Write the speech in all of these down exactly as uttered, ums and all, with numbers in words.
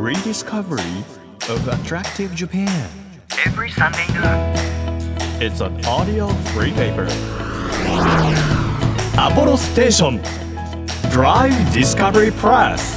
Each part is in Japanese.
rediscovery of attractive Japan. Every Sunday noon. It's an audio free paper. Apollo Station Drive Discovery Press。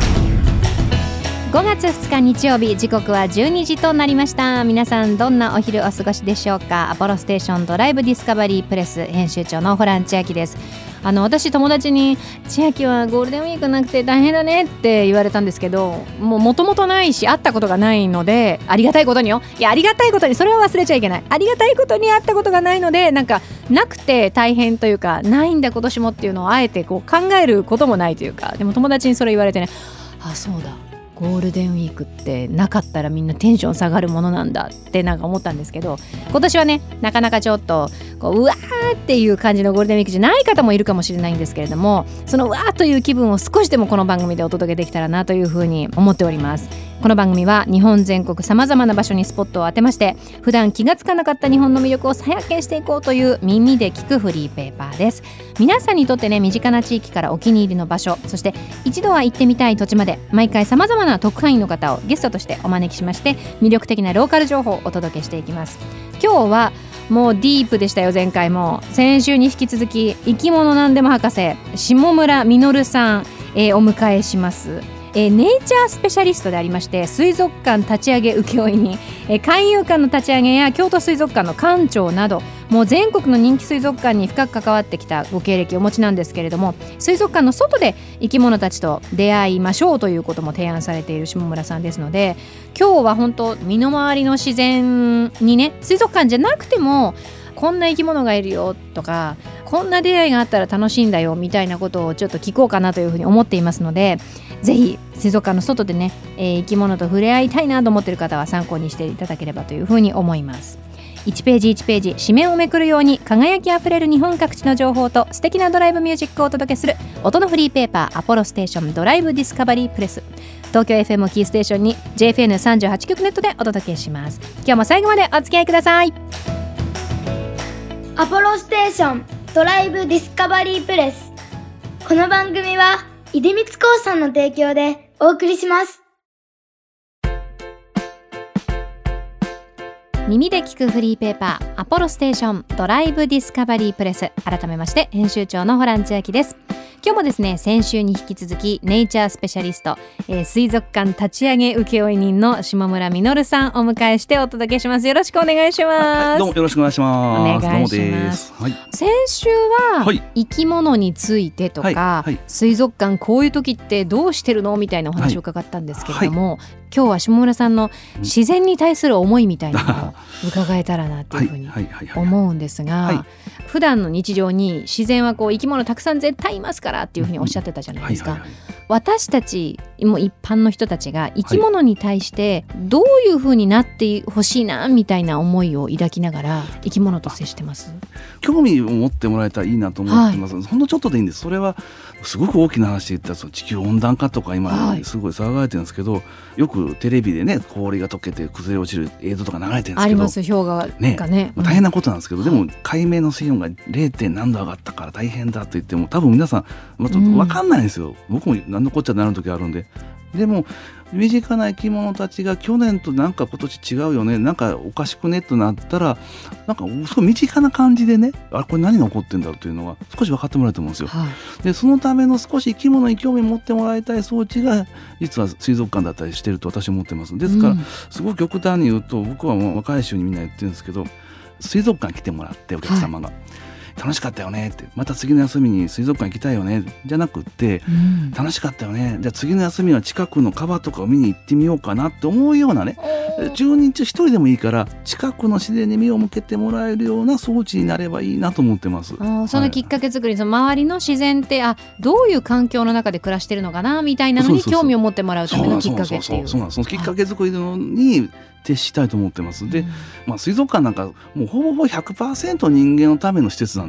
ごがつふつか日曜日、時刻はじゅうにじとなりました。皆さんどんなお昼お過ごしでしょうか。アポロステーションドライブディスカバリープレス編集長のホラン千秋です。あの私友達に千秋はゴールデンウィークなくて大変だねって言われたんですけど、もともとないし会ったことがないので、ありがたいことによ、いやありがたいことにそれは忘れちゃいけない、ありがたいことに会ったことがないので、なんかなくて大変というか、ないんだ今年もっていうのをあえてこう考えることもないというか、でも友達にそれ言われてね、あ、そうだ、ゴールデンウィークってなかったらみんなテンション下がるものなんだってなんか思ったんですけど、今年はねなかなかちょっとこううわーっていう感じのゴールデンウィークじゃない方もいるかもしれないんですけれども、そのうわーという気分を少しでもこの番組でお届けできたらなというふうに思っております。この番組は日本全国さまざまな場所にスポットを当てまして、普段気がつかなかった日本の魅力を再発見していこうという耳で聞くフリーペーパーです。皆さんにとってね、身近な地域からお気に入りの場所、そして一度は行ってみたい土地まで、毎回さまざまな特派員の方をゲストとしてお招きしまして、魅力的なローカル情報をお届けしていきます。今日はもうディープでしたよ。前回も先週に引き続き生き物なんでも博士下村実さん、えー、お迎えします。えー、ネイチャースペシャリストでありまして、水族館立ち上げ請負人、えー、海遊館の立ち上げや京都水族館の館長など、もう全国の人気水族館に深く関わってきたご経歴をお持ちなんですけれども、水族館の外で生き物たちと出会いましょうということも提案されている下村さんですので、今日は本当身の回りの自然にね、水族館じゃなくてもこんな生き物がいるよとか、こんな出会いがあったら楽しいんだよみたいなことをちょっと聞こうかなというふうに思っていますので、ぜひ水族館の外でね、えー、生き物と触れ合いたいなと思っている方は参考にしていただければというふうに思います。いちページいちページ紙面をめくるように輝きあふれる日本各地の情報と素敵なドライブミュージックをお届けする音のフリーペーパー、アポロステーションドライブディスカバリープレス。東京 エフエム をキーステーションに ジェイエフエヌさんじゅうはち 局ネットでお届けします。今日も最後までお付き合いください。 アポロステーションドライブディスカバリープレス。この番組は出光興産の提供でお送りします。 耳で聞くフリーペーパー、アポロステーションドライブディスカバリープレス。改めまして編集長のホラン千秋です。今日もですね、先週に引き続きネイチャースペシャリスト、えー、水族館立ち上げ請負人の下村実さんお迎えしてお届けします。よろしくお願いします。 どうもよろしくお願いします。 お願いします。 どうもです。はい、 先週は生き物についてとか、はいはい、水族館こういう時ってどうしてるのみたいなお話を伺ったんですけれども、はいはい、今日は下村さんの自然に対する思いみたいなのを伺えたらなというふうに思うんですが、普段の日常に自然はこう生き物たくさん絶対いますからっていうふうにおっしゃってたじゃないですか。私たちも一般の人たちが生き物に対してどういうふうになってほしいなみたいな思いを抱きながら生き物と接してます。 興味を持ってもらえたらいいなと思ってます、はい、ほんのちょっとでいいんです。それはすごく大きな話で言ったらその地球温暖化とか今すごい騒がれてるんですけど、はい、よくテレビでね氷が溶けて崩れ落ちる映像とか流れてるんですけど、 あります、氷河が ね, ね、 まあ、大変なことなんですけど、うん、でも海面の水温が れいてん何度上がったから大変だと言っても多分皆さん、まあ、ちょっと分かんないんですよ、うん、僕も何のこっちゃなる時あるんで。でも身近な生き物たちが去年となんか今年違うよね、なんかおかしくねとなったら、なんかすごい身近な感じでね、あこれ何が起こってんだろうというのは少し分かってもらえると思うんですよ、はい、でそのための少し生き物に興味を持ってもらいたい装置が実は水族館だったりしてると私は思ってます。ですから、うん、すごく極端に言うと僕はもう若い衆にみんな言ってるんですけど、水族館来てもらってお客様が、はい、楽しかったよねって、また次の休みに水族館行きたいよねじゃなくって、うん、楽しかったよね、じゃあ次の休みは近くの川とかを見に行ってみようかなって思うようなね、じゅうにん中ひとりでもいいから近くの自然に目を向けてもらえるような装置になればいいなと思ってます。 あ、そのきっかけ作り、はい、その周りの自然ってあどういう環境の中で暮らしてるのかなみたいなのに興味を持ってもらうためのきっかけっていう、 そうなんです。そのきっかけ作りのに徹したいと思ってます。で、まあ、水族館なんかもうほぼほぼ ひゃくパーセント 人間のための施設なん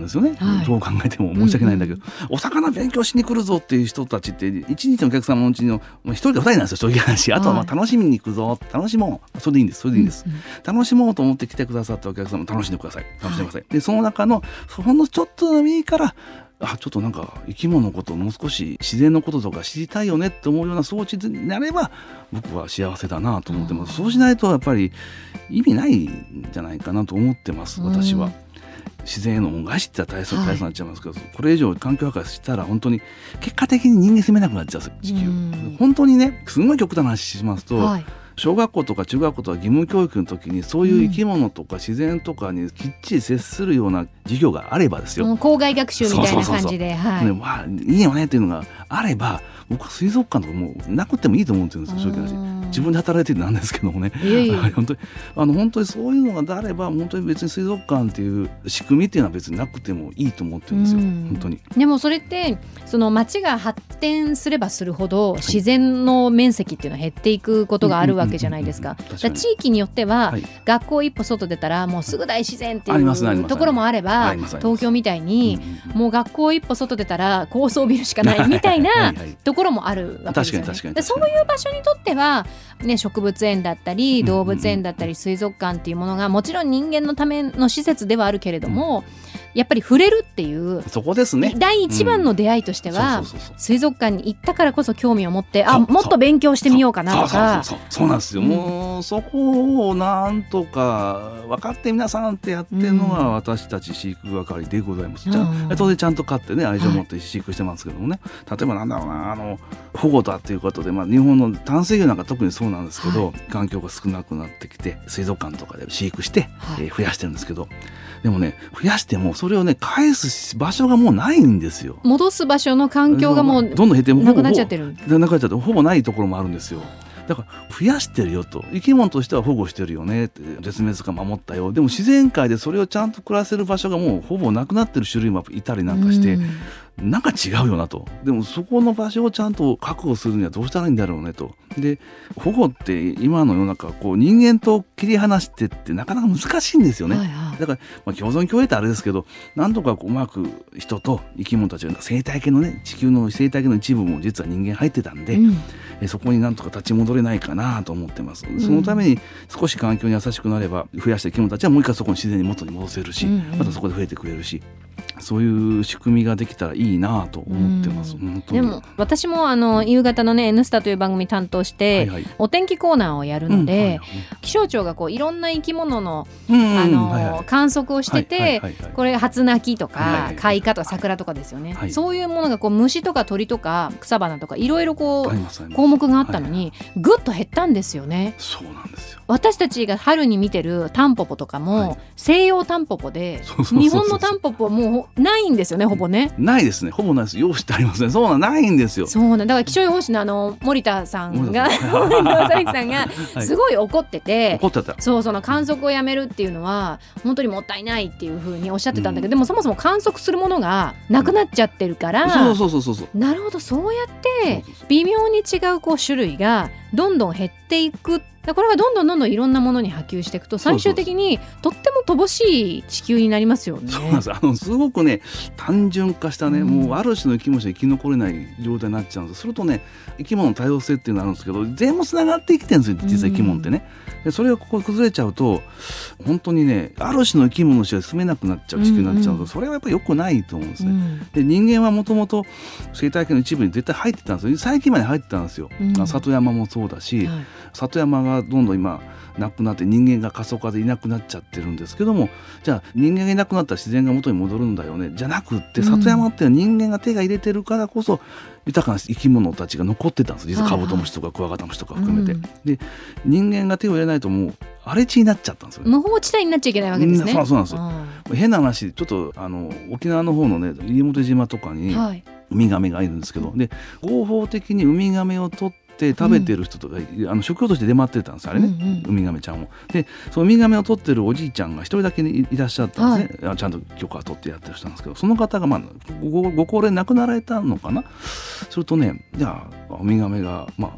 ですよね、 はい、 どう考えても申し訳ないんだけど、うんうん、お魚勉強しに来るぞっていう人たちって一日のお客様のうちの一人か二人なんですよ、正直な話。あとはまあ楽しみに行くぞ、楽しもう、それでいいんです、それでいいんです、うんうん、楽しもうと思って来てくださったお客様も楽しんでください、楽しんでください、はい、でその中のほんのちょっとでもいいからあちょっとなんか生き物のことをもう少し自然のこととか知りたいよねって思うような装置になれば僕は幸せだなと思ってます、うん、そうしないとやっぱり意味ないんじゃないかなと思ってます私は、うん、自然への恩返しって大切になっちゃいますけど、はい、これ以上環境破壊したら本当に結果的に人間住めなくなっちゃう地球、うん、本当にねすごい極端な話しますと、はい、小学校とか中学校とか義務教育の時にそういう生き物とか自然とかにきっちり接するような授業があればですよ、 うん、校外学習みたいな感じでいいよねっていうのがあれば僕は水族館とかもうなくてもいいと思ってるんですよ、正直な話。自分で働いててなんですけどもね、いやいや本当にあの本当にそういうのがあれば本当に別に水族館っていう仕組みっていうのは別になくてもいいと思ってるんですよ、本当に。 でもそれってその街が発展すればするほど自然の面積っていうのは減っていくことがあるわけじゃないですか。地域によっては、はい、学校一歩外出たらもうすぐ大自然っていうところもあれば、東京みたいにもう学校一歩外出たら高層ビルしかないみたいなところもあるわけですよね。でそういう場所にとっては、ね、植物園だったり動物園だったり水族館っていうものがもちろん人間のための施設ではあるけれども、やっぱり触れるっていうそこですね。 第一番の出会いとしては、水族館に行ったからこそ興味を持ってあもっと勉強してみようかなとか、 そうなんですよ、うん、もうそこをなんとか分かって皆さんってやってるのが私たち飼育係でございます、うん、ちゃん当然ちゃんと飼ってね愛情を持って飼育してますけどもね、はい、例えばなんだろうなあの保護だっていうことで、まあ、日本の淡水魚なんか特にそうなんですけど、はい、環境が少なくなってきて水族館とかで飼育して、はい、えー、増やしてるんですけど、でもね増やしてもそれをね返す場所がもうないんですよ。 戻す場所の環境がもうどんどん減ってなくなっちゃってる。 なくなっちゃってほぼないところもあるんですよ。だから増やしてるよと、生き物としては保護してるよねって、絶滅か守ったよ、でも自然界でそれをちゃんと暮らせる場所がもうほぼなくなってる種類もいたりなんかして、うん、なんか違うよなと。でもそこの場所をちゃんと確保するにはどうしたらいいんだろうねと。で保護って今の世の中こう人間と切り離してってなかなか難しいんですよね、はいはい、だから、まあ、共存共栄ってあれですけど、なんとかうまく人と生き物たちが生態系のね地球の生態系の一部も実は人間入ってたんで、うん、えそこになんとか立ち戻れないかなと思ってます。そのために少し環境に優しくなれば増やした生き物たちはもう一回そこに自然に元に戻せるし、うんうん、またそこで増えてくれるし、そういう仕組みができたらいいなと思ってます。 でも私もあの夕方のね N スタという番組担当して、はいはい、お天気コーナーをやるので、うんはいはい、気象庁がこういろんな生き物の、うんうん、あの、はいはい、観測をしてて、はいはいはいはい、これ初鳴きとか、はいはいはい、開花とか桜とかですよね、はい、そういうものがこう虫とか鳥とか草花とかいろいろこう項目があったのに、はい、ぐっと減ったんですよね。 そうなんですよ。 私たちが春に見てるタンポポとかも、はい、西洋タンポポで日本のタンポポはもうないんですよね、ほぼね。 ないですね、ほぼないです。用紙ってありますね。そうなんないんですよ。 そうなんだから気象予報士のあの森田さんが森田正之さんがすごい怒ってて、はい、 怒ってた。 そうその観測をやめるっていうのは本当にもったいないっていう風におっしゃってたんだけど、うん、でもそもそも観測するものがなくなっちゃってるから、 うん、そうそうそうそう。 なるほど、そうやって微妙に違うこう種類がどんどん減っていく。これがどんどんどんどんいろんなものに波及していくと最終的にとっても乏しい地球になりますよね。 そうなんです。あのすごくね単純化したね、うん、もうある種の生き物しか生き残れない状態になっちゃうんです。するとね生き物の多様性っていうのがあるんですけど全部つながって生きてるんですよ実は生き物ってね、うん、でそれがここ崩れちゃうと本当にねある種の生き物しか住めなくなっちゃう地球になっちゃうと、うんうん、それはやっぱり良くないと思うんですね、うん、で人間はもともと生態系の一部に絶対入ってたんですよ。最近まで入ってたんですよ、うん、里山もそうだし、はい、里山がどんどん今なくなって人間が過疎化でいなくなっちゃってるんですけども、じゃあ人間がいなくなったら自然が元に戻るんだよねじゃなくって、里山って人間が手が入れてるからこそ豊かな生き物たちが残ってたんです。実はカブトムシとかクワガタムシとか含めて、うん、で人間が手を入れないともう荒れ地になっちゃったんですよね。 無法地帯になっちゃいけないわけですね。 そうそうなんですよ、うん、変な話ちょっとあの沖縄の方のね西表島とかにウミガメがいるんですけど、はい、で合法的にウミガメを取って食べてる人とか、うん、あの食用として出回ってたんですあれね、うんうん、ウミガメちゃんを。でそのウミガメを取ってるおじいちゃんが一人だけいらっしゃったんですね、はい、ちゃんと許可を取ってやってる人なんですけど、その方が、まあ、ご, ご高齢亡くなられたのかな。するとねじゃあウミガメがまあ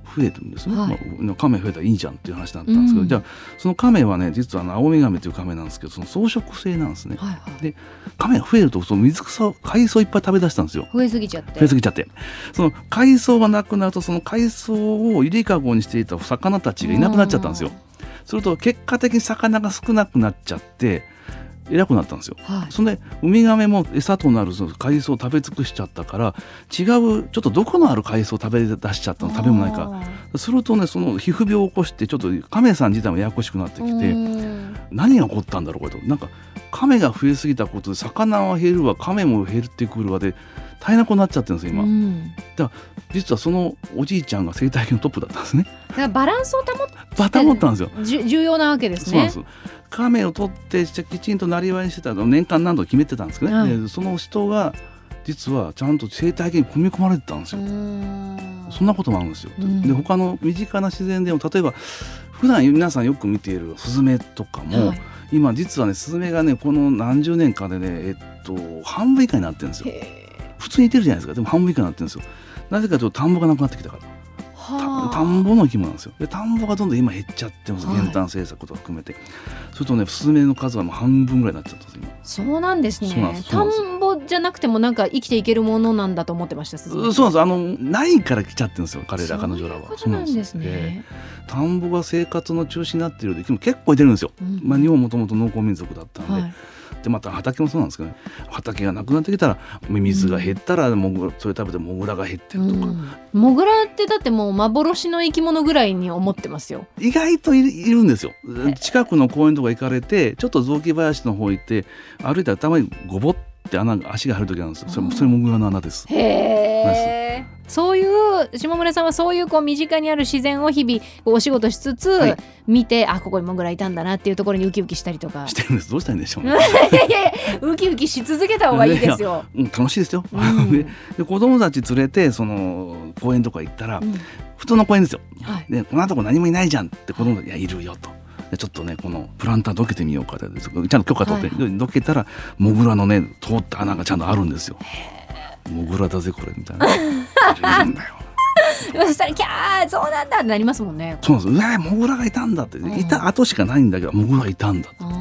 増えるんですね、 はいまあ、亀増えたらいいじゃんっていう話だったんですけど、 うん、 じゃあその亀はね実はあの青ミガメという亀なんですけどその草食性なんですね、 はいはい、 で亀が増えるとその水草海藻いっぱい食べ出したんですよ。 増えすぎちゃって増えすぎちゃってその海藻がなくなるとその海藻をゆりかごにしていた魚たちがいなくなっちゃったんですよ。すると結果的に魚が少なくなっちゃって偉くなったんですよ、はい、それでウミガメも餌となるその海藻を食べ尽くしちゃったから違うちょっと毒のある海藻を食べ出しちゃったの食べ物ないからするとねその皮膚病を起こしてちょっと亀さん自体もややこしくなってきて何が起こったんだろうこれとなんか亀が増えすぎたことで魚は減るわ亀も減ってくるわで大変なことになっちゃってるんですよ今、うん、だから実はそのおじいちゃんが生態系のトップだったんですね。 だからバランスを保って保ったんですよ。 重要なわけですね。 そうなんです。亀を取ってきちんとなりわいにしてたの年間何度決めてたんですけどね、はい、でその人が実はちゃんと生態系に組み込まれてたんですよ。そんなこともあるんですよ、うん、で他の身近な自然でも例えば普段皆さんよく見ているスズメとかも、はい、今実はねスズメがねこの何十年かでねえっと半分以下になってるんですよ。普通にいてるじゃないですか。でも半分以下になってるんですよ。なぜかというと田んぼがなくなってきたから田, 田んぼの生き物なんですよ。で田んぼがどんどん今減っちゃってます、はい、減反政策と含めてそれとねスズメの数はもう半分ぐらいになっちゃったんです今。 そうなんですね。田んぼじゃなくてもなんか生きていけるものなんだと思ってました。スズメそうなんですあのないから来ちゃってるんですよ彼ら彼女らは。 そうなんですね。 田んぼが生活の中心になっている生き物結構いてるんですよ、うんまあ、日本もともと農耕民族だったんで、はいでまた畑もそうなんですけどね畑がなくなってきたら水が減ったらモグラそれ食べてモグラが減ってるとか、うん、 モグラってだってもう幻の生き物ぐらいに思ってますよ。 意外と い, いるんですよ。近くの公園とか行かれてちょっと雑木林の方行って歩いたらたまにゴボって穴が足が入る時なんですよ。それ、それモグラの穴です。 へーそういう下村さんはそういうこう身近にある自然を日々お仕事しつつ、はい、見てあここにモグラいたんだなっていうところにウキウキしたりとかしてるんです。どうしたらいいんでしょうね。 いやいやいやウキウキし続けた方がいいですよ。 いやいや楽しいですよ、うん、でで子供たち連れてその公園とか行ったら、うん、普通の公園ですよ、はい、でこのとこ何もいないじゃんって子供たちいやいるよとでちょっとねこのプランターどけてみようかってちゃんと許可取って、はい、どけたらモグラのね通った穴がちゃんとあるんですよ。モグラだぜこれみたいないるんだよそしたらキャーそうなんだってなりますもんね。 そうなんです。うわモグラがいたんだって、うん、いた後しかないんだけどモグラがいたんだって、うん、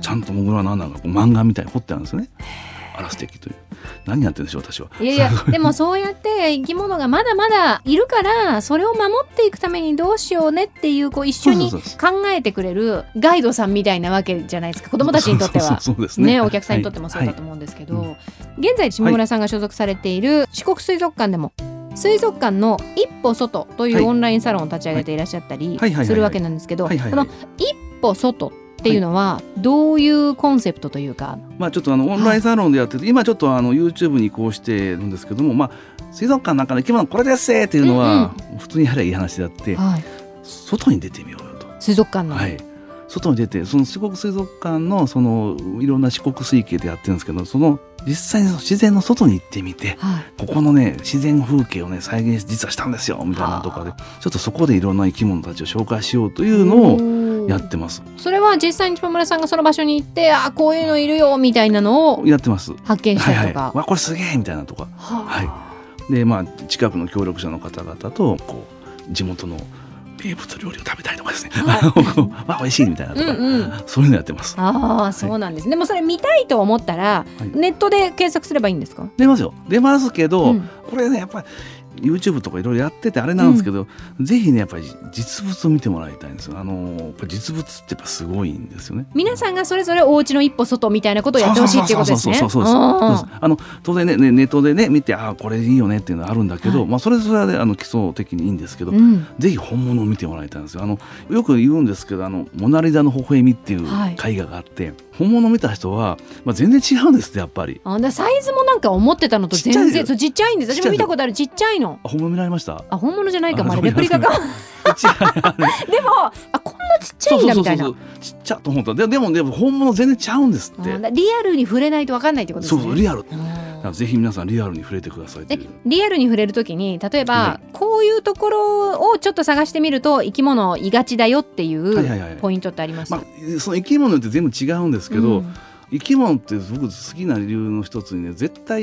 ちゃんとモグラの穴がこう漫画みたいに掘ってあるんですよね。あら素敵という何やってるんでしょう私は。 いやいやでもそうやって生き物がまだまだいるからそれを守っていくためにどうしようねっていう、こう一緒に考えてくれるガイドさんみたいなわけじゃないですか子どもたちにとってはねお客さんにとってもそうだと思うんですけど、はいはいうん、現在下村さんが所属されている四国水族館でも水族館の一歩外というオンラインサロンを立ち上げていらっしゃったりするわけなんですけど、この一歩外っていうのはどういうコンセプトというか、はいまあ、ちょっとあのオンラインサロンでやってて、はい、今ちょっとあの YouTube に移行してるんですけども、まあ、水族館の中の生き物これですっていうのは普通にやればいい話であって、うんうんはい、外に出てみようよと水族館の、 はい、外に出てその四国水族館 の, そのいろんな四国水系でやってるんですけどその実際に自然の外に行ってみて、はい、ここのね自然風景をね再現実はしたんですよみたいなとかでちょっとそこでいろんな生き物たちを紹介しようというのをやってます。 それは実際に下村さんがその場所に行ってあこういうのいるよみたいなのをやってます発見したりとか、 はいはい、わこれすげえみたいなとか、ははいでまあ、近くの協力者の方々とこう地元の名物料理を食べたりとかですね、はい、わ美味しいみたいなとか、うんうん、そういうのやってます。 ああそうなんです、はい、でもそれ見たいと思ったら、はい、ネットで検索すればいいんですか？ 出ますよ出ますけど、うん、これねやっぱりYouTube とかいろいろやっててあれなんですけど、うん、ぜひねやっぱり実物を見てもらいたいんですよ。あのやっぱ実物ってやっぱすごいんですよね。 皆さんがそれぞれお家の一歩外みたいなことをやってほしいっていうことですね。 そうそうそうそうそうあの当然 ね, ねネットでね見てあこれいいよねっていうのはあるんだけど、はいまあ、それぞれはあの基礎的にいいんですけど、うん、ぜひ本物を見てもらいたいんですよ。あのよく言うんですけどあのモナリザの微笑みっていう絵画があって、はい本物見た人は、まあ、全然違うんですってやっぱり。 あだサイズもなんか思ってたのと全然ちっちゃいんです。私も見たことあるちっちゃいの。 本物見られました？ あ本物じゃないかもレプリカか。でもあこんなちっちゃいんだみたいな。そうそうそうそうちっちゃと思ったで。でもでも本物全然ちゃうんですって。 リアルに触れないと分かんないってことですね。 そうそうリアル。ぜひ皆さんリアルに触れてくださいっていう。 リアルに触れるときに例えば、はい、こういうところをちょっと探してみると生き物いがちだよっていうポイントってあります？ まあ、その生き物って全部違うんですけど、うん、生き物って僕好きな理由の一つにね絶対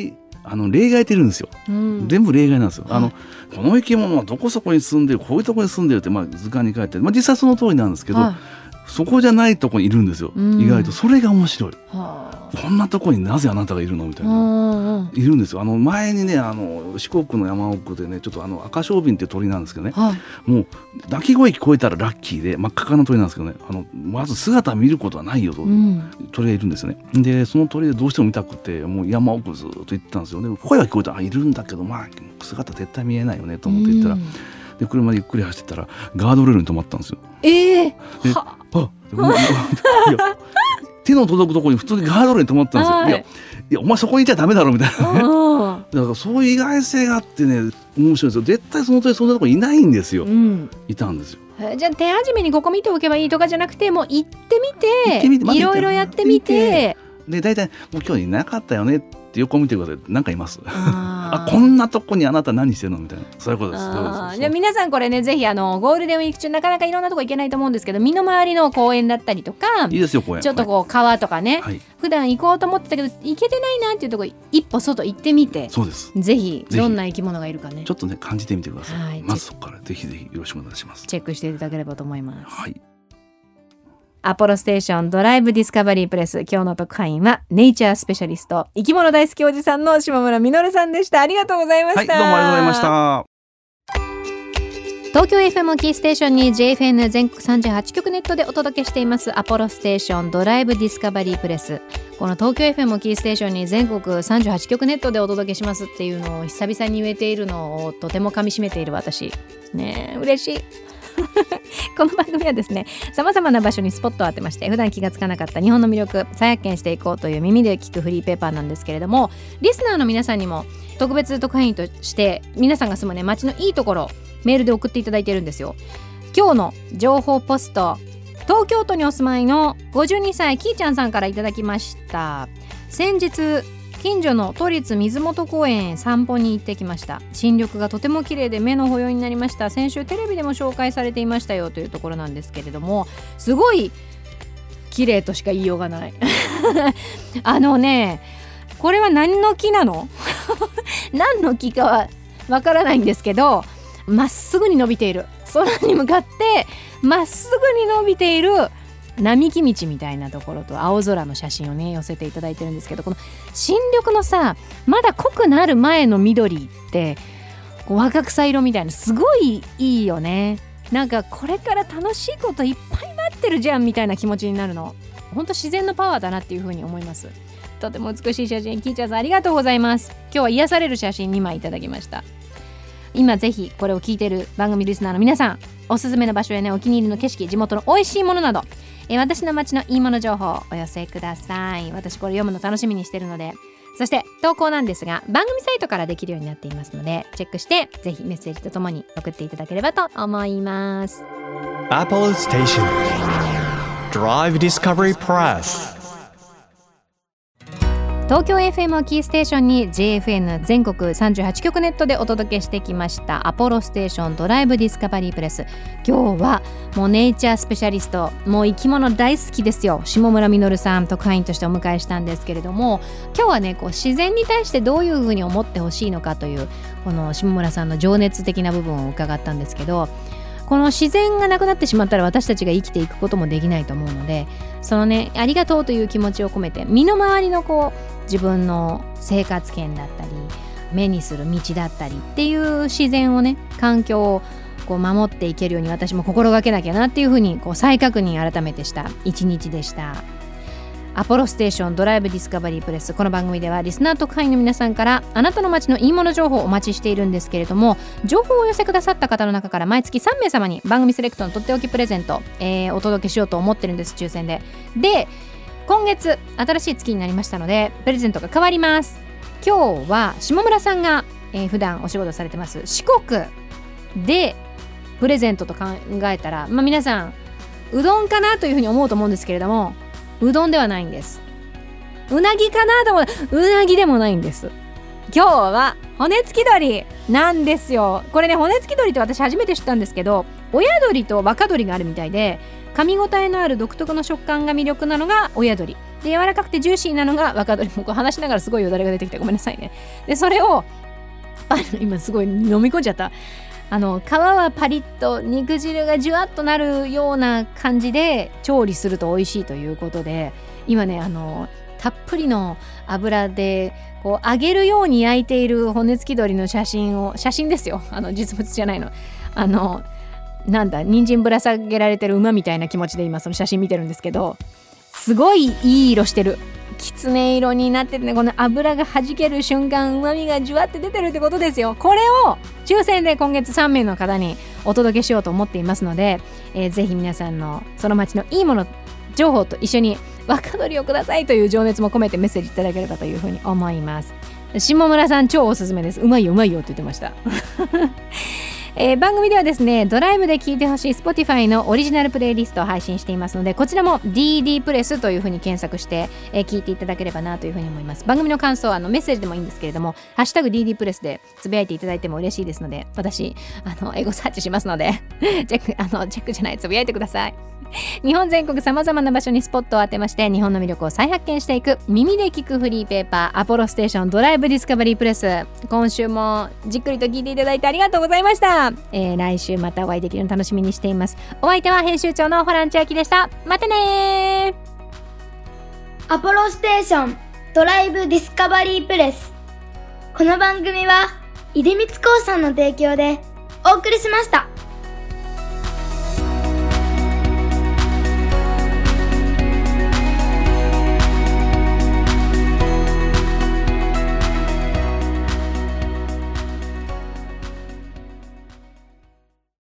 あの例外っているんですよ、 うん、 全部例外なんですよ、 はい、 あのこの生き物はどこそこに住んでるこういうところに住んでるって、まあ、図鑑に書いてある、まあ、実際その通りなんですけど、はい、そこじゃないところにいるんですよ、うん、意外とそれが面白い、はあ、こんなところになぜあなたがいるのみたいな、うん、いるんですよ。あの前にねあの四国の山奥でねちょっとあの赤小瓶っていう鳥なんですけどね、はい、もう鳴き声聞こえたらラッキーで真っ赤っかな鳥なんですけどね、あのまず姿見ることはないよと、うん、鳥がいるんですよね。でその鳥でどうしても見たくてもう山奥ずっと行ったんですよ。で声は聞こえたらあいるんだけど、まあ姿絶対見えないよねと思って行ったら、うん、で車でゆっくり走ってたらガードレールに止まったんですよ。 えー、 ではあいや手の届くところに普通にガードレールに止まったんですよ、はい、いやいやお前そこにいちゃダメだろみたいなねだからそういう意外性があってね面白いですよ。絶対その鳥そんなところいないんですよ、うん、いたんですよ。 じゃあ手始めにここ見ておけばいいとかじゃなくてもう行ってみていろいろやってみてで大体もう今日いなかったよねって横見てください。なんかいますあこんなとこにあなた何してるのみたいなそういうことです。 あじゃあ皆さんこれねぜひあのゴールデンウィーク中なかなかいろんなとこ行けないと思うんですけど身の回りの公園だったりとかいいですよ公園ちょっとこう川とかね、はい、普段行こうと思ってたけど行けてないなっていうところ一歩外行ってみてそうですぜひどんな生き物がいるかねちょっとね感じてみてください、はい、まずそこからぜひぜひよろしくお願いします。 チェックしていただければと思います。 はい。 アポロステーションドライブディスカバリープレス今日の特派員はネイチャースペシャリスト生き物大好きおじさんの下村実さんでした。ありがとうございました。 はいどうもありがとうございました。 東京 エフエム をキーステーションに ジェイエフエヌ 全国さんじゅうはち局ネットでお届けしていますアポロステーションドライブディスカバリープレス。この東京 エフエム をキーステーションに全国さんじゅうはち局ネットでお届けしますっていうのを久々に言えているのをとても噛み締めている私ねえ嬉しいこの番組はですねさまざまな場所にスポットを当てまして普段気がつかなかった日本の魅力再発見していこうという耳で聞くフリーペーパーなんですけれどもリスナーの皆さんにも特別特派員として皆さんが住むね街のいいところメールで送っていただいてるんですよ。今日の情報ポスト東京都にお住まいのごじゅうにさいきーちゃんさんからいただきました。先日近所の都立水元公園へ散歩に行ってきました。新緑がとても綺麗で目の保養になりました。先週テレビでも紹介されていましたよというところなんですけれどもすごい綺麗としか言いようがないあのねこれは何の木なの何の木かはわからないんですけどまっすぐに伸びている空に向かってまっすぐに伸びている並木道みたいなところと青空の写真をね寄せていただいてるんですけどこの新緑のさまだ濃くなる前の緑ってこう若草色みたいなすごいいいよね。なんかこれから楽しいこといっぱい待ってるじゃんみたいな気持ちになるの本当自然のパワーだなっていうふうに思います。とても美しい写真キーチャーさんありがとうございます。今日は癒される写真にまいいただきました。今ぜひこれを聞いている番組リスナーの皆さんおすすめの場所やねお気に入りの景色地元の美味しいものなどえ私の街のいいもの情報をお寄せください。私これ読むの楽しみにしてるのでそして投稿なんですが番組サイトからできるようになっていますのでチェックしてぜひメッセージとともに送っていただければと思います。 Apollo Station Drive Discovery Press 東京 エフエム をキーステーションに ジェイエフエヌ 全国さんじゅうはち局ネットでお届けしてきましたアポロステーションドライブディスカバリープレス。今日はもうネイチャースペシャリストもう生き物大好きですよ下村実さん特派員としてお迎えしたんですけれども今日はねこう自然に対してどういうふうに思ってほしいのかというこの下村さんの情熱的な部分を伺ったんですけどこの自然がなくなってしまったら私たちが生きていくこともできないと思うのでそのねありがとうという気持ちを込めて身の回りのこう自分の生活圏だったり目にする道だったりっていう自然をね環境をこう守っていけるように私も心がけなきゃなっていうふうにこう再確認改めてした一日でした。アポロステーションドライブディスカバリープレスこの番組ではリスナー特派員の皆さんからあなたの街のいいもの情報をお待ちしているんですけれども情報をお寄せくださった方の中から毎月さんめい様に番組セレクトのとっておきプレゼント、えー、お届けしようと思ってるんです抽選でで今月新しい月になりましたのでプレゼントが変わります。今日は下村さんが、えー、普段お仕事されてます四国でプレゼントと考えたら、まあ、皆さんうどんかなというふうに思うと思うんですけれどもうどんではないんです。うなぎかなと思ううなぎでもないんです。今日は骨付き鳥なんですよ。これね骨付き鳥って私初めて知ったんですけど親鳥と若鳥があるみたいで噛み応えのある独特の食感が魅力なのが親鳥で柔らかくてジューシーなのが若鶏。もうこう話しながらすごいよだれが出てきてごめんなさいね。でそれをパン今すごい飲み込んじゃった。あの皮はパリッと肉汁がジュワッとなるような感じで調理すると美味しいということで、今ねあのたっぷりの油でこう揚げるように焼いている骨付き鶏の写真を写真ですよ、あの実物じゃないの。あのなんだ人参ぶら下げられてる馬みたいな気持ちで今その写真見てるんですけど、すごいいい色してる。きつね色になっててね、この油が弾ける瞬間旨味がじゅわって出てるってことですよ。これを抽選で今月さんめいの方にお届けしようと思っていますので、えー、ぜひ皆さんのその町のいいもの情報と一緒に若鶏をくださいという情熱も込めてメッセージいただければというふうに思います。下村さん超おすすめです。うまいようまいよって言ってましたえー、番組ではですねドライブで聴いてほしい Spotify のオリジナルプレイリストを配信していますので、こちらも ディーディー プレスというふうに検索して、えー、聞いていただければなというふうに思います。番組の感想はあのメッセージでもいいんですけれども、ハッシュタグ ディーディー プレスでつぶやいていただいても嬉しいですので、私あの英語サーチしますのでチェックあのチェックじゃないつぶやいてください。日本全国さまざまな場所にスポットを当てまして日本の魅力を再発見していく耳で聞くフリーペーパーアポロステーションドライブディスカバリープレス、今週もじっくりと聞いていただいてありがとうございました。えー、来週またお会いできるの楽しみにしています。お相手は編集長のホラン千秋でした。またねー。 アポロステーションドライブディスカバリープレス、この番組は出光興産の提供でお送りしました。